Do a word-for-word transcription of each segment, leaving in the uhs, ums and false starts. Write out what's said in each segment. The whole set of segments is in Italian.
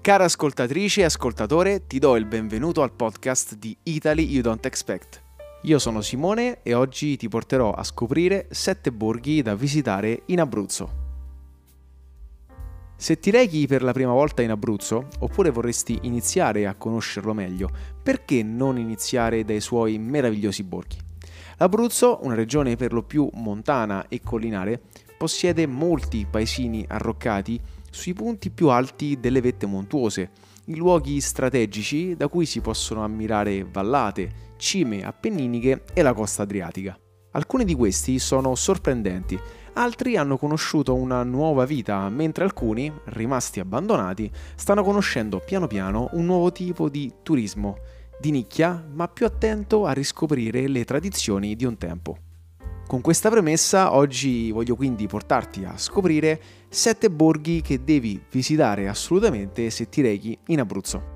Cara ascoltatrice e ascoltatore, ti do il benvenuto al podcast di Italy You Don't Expect. Io sono Simone e oggi ti porterò a scoprire sette borghi da visitare in Abruzzo. Se ti rechi per la prima volta in Abruzzo, oppure vorresti iniziare a conoscerlo meglio, perché non iniziare dai suoi meravigliosi borghi? L'Abruzzo, una regione per lo più montana e collinare, possiede molti paesini arroccati sui punti più alti delle vette montuose, in luoghi strategici da cui si possono ammirare vallate, cime appenniniche e la costa adriatica. Alcuni di questi sono sorprendenti, altri hanno conosciuto una nuova vita, mentre alcuni, rimasti abbandonati, stanno conoscendo piano piano un nuovo tipo di turismo, di nicchia, ma più attento a riscoprire le tradizioni di un tempo. Con questa premessa, oggi voglio quindi portarti a scoprire sette borghi che devi visitare assolutamente se ti rechi in Abruzzo.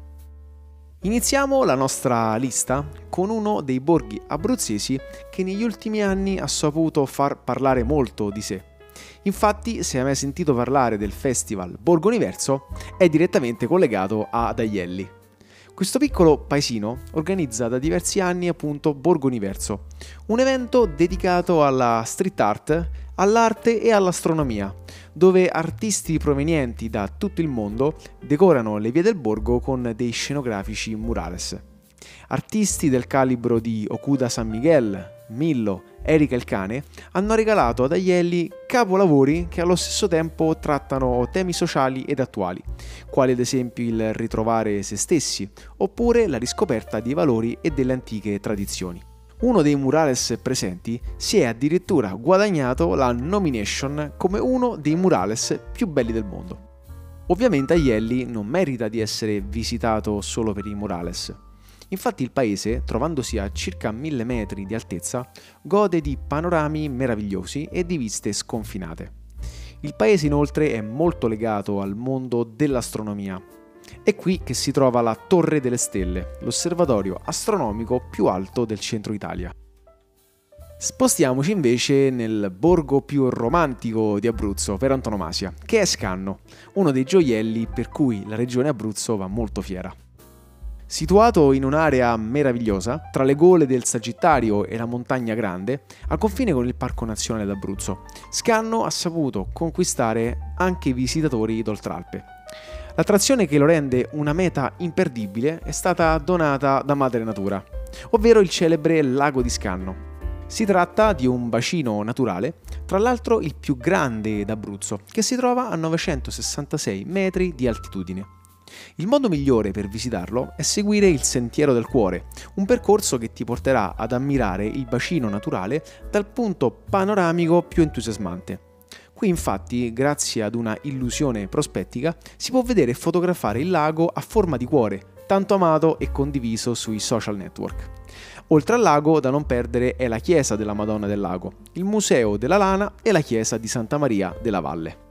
Iniziamo la nostra lista con uno dei borghi abruzzesi che negli ultimi anni ha saputo far parlare molto di sé. Infatti, se hai mai sentito parlare del festival Borgo Universo, è direttamente collegato ad Aielli. Questo piccolo paesino organizza da diversi anni appunto Borgo Universo, un evento dedicato alla street art, all'arte e all'astronomia, dove artisti provenienti da tutto il mondo decorano le vie del borgo con dei scenografici murales. Artisti del calibro di Okuda San Miguel, Millo, Erika il Cane hanno regalato ad Aielli capolavori che allo stesso tempo trattano temi sociali ed attuali, quali ad esempio il ritrovare se stessi, oppure la riscoperta dei valori e delle antiche tradizioni. Uno dei murales presenti si è addirittura guadagnato la nomination come uno dei murales più belli del mondo. Ovviamente Aielli non merita di essere visitato solo per i murales. Infatti il paese, trovandosi a circa mille metri di altezza, gode di panorami meravigliosi e di viste sconfinate. Il paese inoltre è molto legato al mondo dell'astronomia. È qui che si trova la Torre delle Stelle, l'osservatorio astronomico più alto del centro Italia. Spostiamoci invece nel borgo più romantico di Abruzzo per antonomasia, che è Scanno, uno dei gioielli per cui la regione Abruzzo va molto fiera. Situato in un'area meravigliosa, tra le gole del Sagittario e la Montagna Grande, al confine con il Parco Nazionale d'Abruzzo, Scanno ha saputo conquistare anche i visitatori d'Oltralpe. L'attrazione che lo rende una meta imperdibile è stata donata da Madre Natura, ovvero il celebre Lago di Scanno. Si tratta di un bacino naturale, tra l'altro il più grande d'Abruzzo, che si trova a novecentosessantasei metri di altitudine. Il modo migliore per visitarlo è seguire il Sentiero del Cuore, un percorso che ti porterà ad ammirare il bacino naturale dal punto panoramico più entusiasmante. Qui infatti, grazie ad una illusione prospettica, si può vedere e fotografare il lago a forma di cuore, tanto amato e condiviso sui social network. Oltre al lago, da non perdere è la chiesa della Madonna del Lago, il Museo della Lana e la chiesa di Santa Maria della Valle.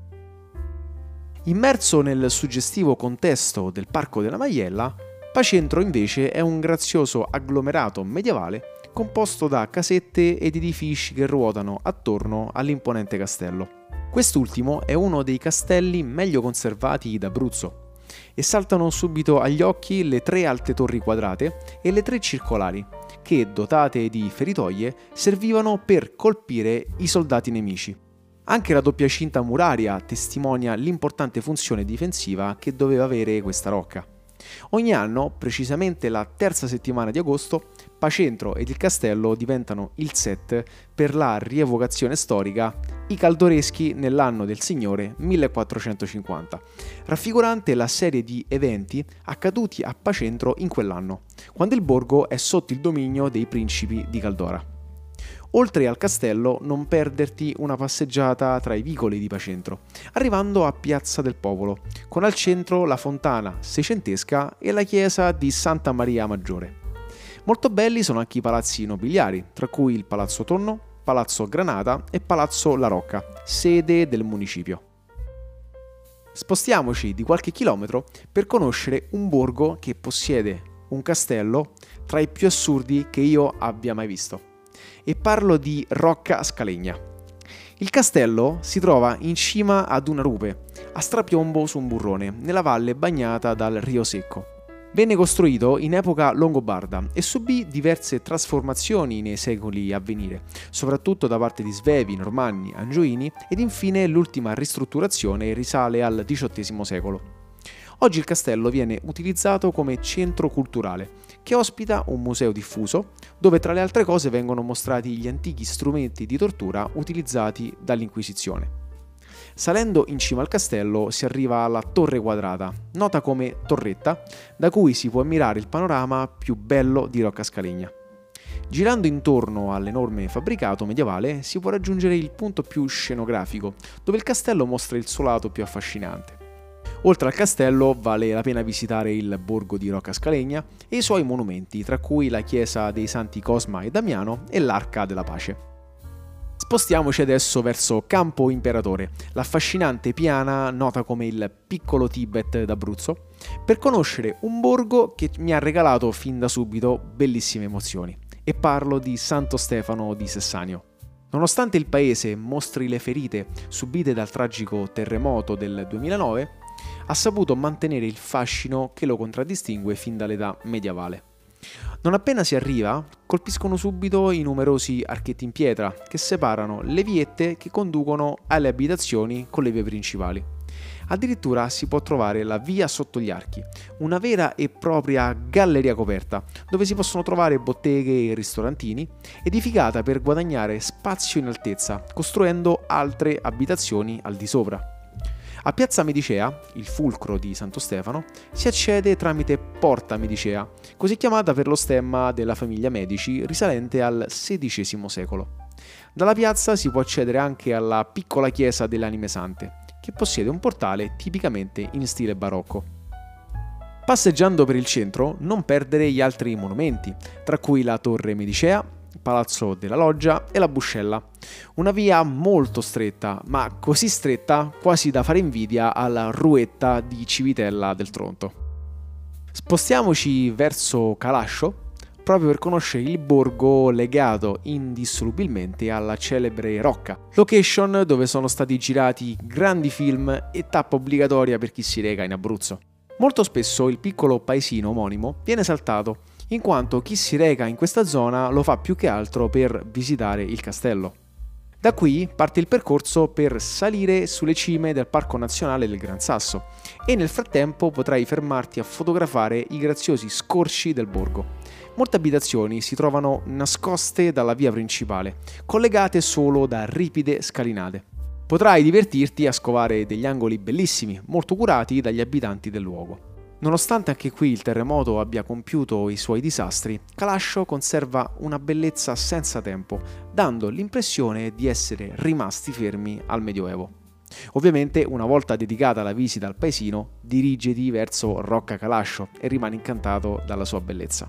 Immerso nel suggestivo contesto del Parco della Maiella, Pacentro invece è un grazioso agglomerato medievale composto da casette ed edifici che ruotano attorno all'imponente castello. Quest'ultimo è uno dei castelli meglio conservati d'Abruzzo e saltano subito agli occhi le tre alte torri quadrate e le tre circolari che, dotate di feritoie, servivano per colpire i soldati nemici. Anche la doppia cinta muraria testimonia l'importante funzione difensiva che doveva avere questa rocca. Ogni anno, precisamente la terza settimana di agosto, Pacentro ed il castello diventano il set per la rievocazione storica I Caldoreschi nell'anno del Signore millequattrocentocinquanta, raffigurante la serie di eventi accaduti a Pacentro in quell'anno, quando il borgo è sotto il dominio dei principi di Caldora. Oltre al castello, non perderti una passeggiata tra i vicoli di Pacentro, arrivando a Piazza del Popolo, con al centro la fontana seicentesca e la chiesa di Santa Maria Maggiore. Molto belli sono anche i palazzi nobiliari, tra cui il Palazzo Tonno, Palazzo Granata e Palazzo La Rocca, sede del municipio. Spostiamoci di qualche chilometro per conoscere un borgo che possiede un castello tra i più assurdi che io abbia mai visto. E parlo di Rocca Scalegna. Il castello si trova in cima ad una rupe, a strapiombo su un burrone, nella valle bagnata dal Rio Secco. Venne costruito in epoca longobarda e subì diverse trasformazioni nei secoli a venire, soprattutto da parte di Svevi, Normanni, Angioini ed infine l'ultima ristrutturazione risale al diciottesimo secolo. Oggi il castello viene utilizzato come centro culturale, che ospita un museo diffuso, dove tra le altre cose vengono mostrati gli antichi strumenti di tortura utilizzati dall'Inquisizione. Salendo in cima al castello si arriva alla Torre Quadrata, nota come Torretta, da cui si può ammirare il panorama più bello di Rocca Scalegna. Girando intorno all'enorme fabbricato medievale si può raggiungere il punto più scenografico, dove il castello mostra il suo lato più affascinante. Oltre al castello vale la pena visitare il borgo di Rocca Scalegna e i suoi monumenti, tra cui la chiesa dei Santi Cosma e Damiano e l'Arca della Pace. Spostiamoci adesso verso Campo Imperatore, l'affascinante piana nota come il piccolo Tibet d'Abruzzo, per conoscere un borgo che mi ha regalato fin da subito bellissime emozioni. E parlo di Santo Stefano di Sessanio. Nonostante il paese mostri le ferite subite dal tragico terremoto del duemilanove, ha saputo mantenere il fascino che lo contraddistingue fin dall'età medievale. Non appena si arriva, colpiscono subito i numerosi archetti in pietra che separano le viette che conducono alle abitazioni con le vie principali. Addirittura si può trovare la via sotto gli archi, una vera e propria galleria coperta, dove si possono trovare botteghe e ristorantini, edificata per guadagnare spazio in altezza, costruendo altre abitazioni al di sopra. A Piazza Medicea, il fulcro di Santo Stefano, si accede tramite Porta Medicea, così chiamata per lo stemma della famiglia Medici risalente al sedicesimo secolo. Dalla piazza si può accedere anche alla piccola chiesa delle Anime Sante, che possiede un portale tipicamente in stile barocco. Passeggiando per il centro, non perdere gli altri monumenti, tra cui la Torre Medicea, Palazzo della Loggia e la Buscella. Una via molto stretta, ma così stretta quasi da fare invidia alla Ruetta di Civitella del Tronto. Spostiamoci verso Calascio, proprio per conoscere il borgo legato indissolubilmente alla celebre Rocca, location dove sono stati girati grandi film e tappa obbligatoria per chi si reca in Abruzzo. Molto spesso il piccolo paesino omonimo viene saltato, in quanto chi si reca in questa zona lo fa più che altro per visitare il castello. Da qui parte il percorso per salire sulle cime del Parco Nazionale del Gran Sasso e nel frattempo potrai fermarti a fotografare i graziosi scorci del borgo. Molte abitazioni si trovano nascoste dalla via principale, collegate solo da ripide scalinate. Potrai divertirti a scovare degli angoli bellissimi, molto curati dagli abitanti del luogo. Nonostante anche qui il terremoto abbia compiuto i suoi disastri, Calascio conserva una bellezza senza tempo, dando l'impressione di essere rimasti fermi al Medioevo. Ovviamente, una volta dedicata la visita al paesino, dirigiti verso Rocca Calascio e rimani incantato dalla sua bellezza.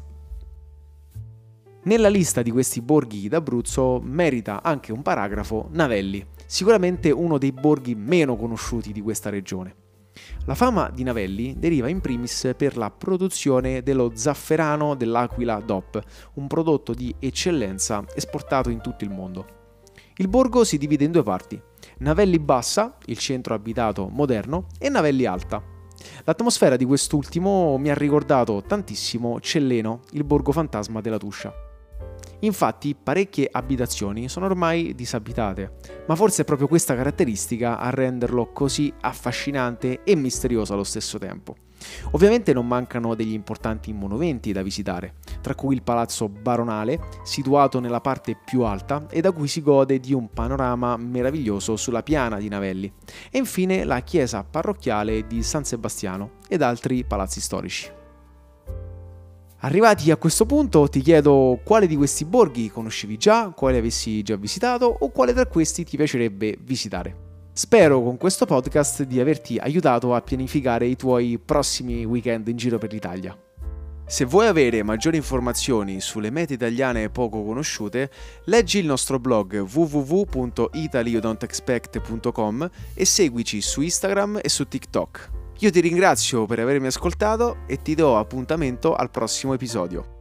Nella lista di questi borghi d'Abruzzo merita anche un paragrafo Navelli, sicuramente uno dei borghi meno conosciuti di questa regione. La fama di Navelli deriva in primis per la produzione dello zafferano dell'Aquila D O P, un prodotto di eccellenza esportato in tutto il mondo. Il borgo si divide in due parti: Navelli Bassa, il centro abitato moderno, e Navelli Alta. L'atmosfera di quest'ultimo mi ha ricordato tantissimo Celleno, il borgo fantasma della Tuscia. Infatti parecchie abitazioni sono ormai disabitate, ma forse è proprio questa caratteristica a renderlo così affascinante e misterioso allo stesso tempo. Ovviamente non mancano degli importanti monumenti da visitare, tra cui il Palazzo Baronale, situato nella parte più alta e da cui si gode di un panorama meraviglioso sulla piana di Navelli, e infine la chiesa parrocchiale di San Sebastiano ed altri palazzi storici. Arrivati a questo punto ti chiedo quale di questi borghi conoscevi già, quale avessi già visitato o quale tra questi ti piacerebbe visitare. Spero con questo podcast di averti aiutato a pianificare i tuoi prossimi weekend in giro per l'Italia. Se vuoi avere maggiori informazioni sulle mete italiane poco conosciute, leggi il nostro blog w w w punto italy you don't expect punto com e seguici su Instagram e su TikTok. Io ti ringrazio per avermi ascoltato e ti do appuntamento al prossimo episodio.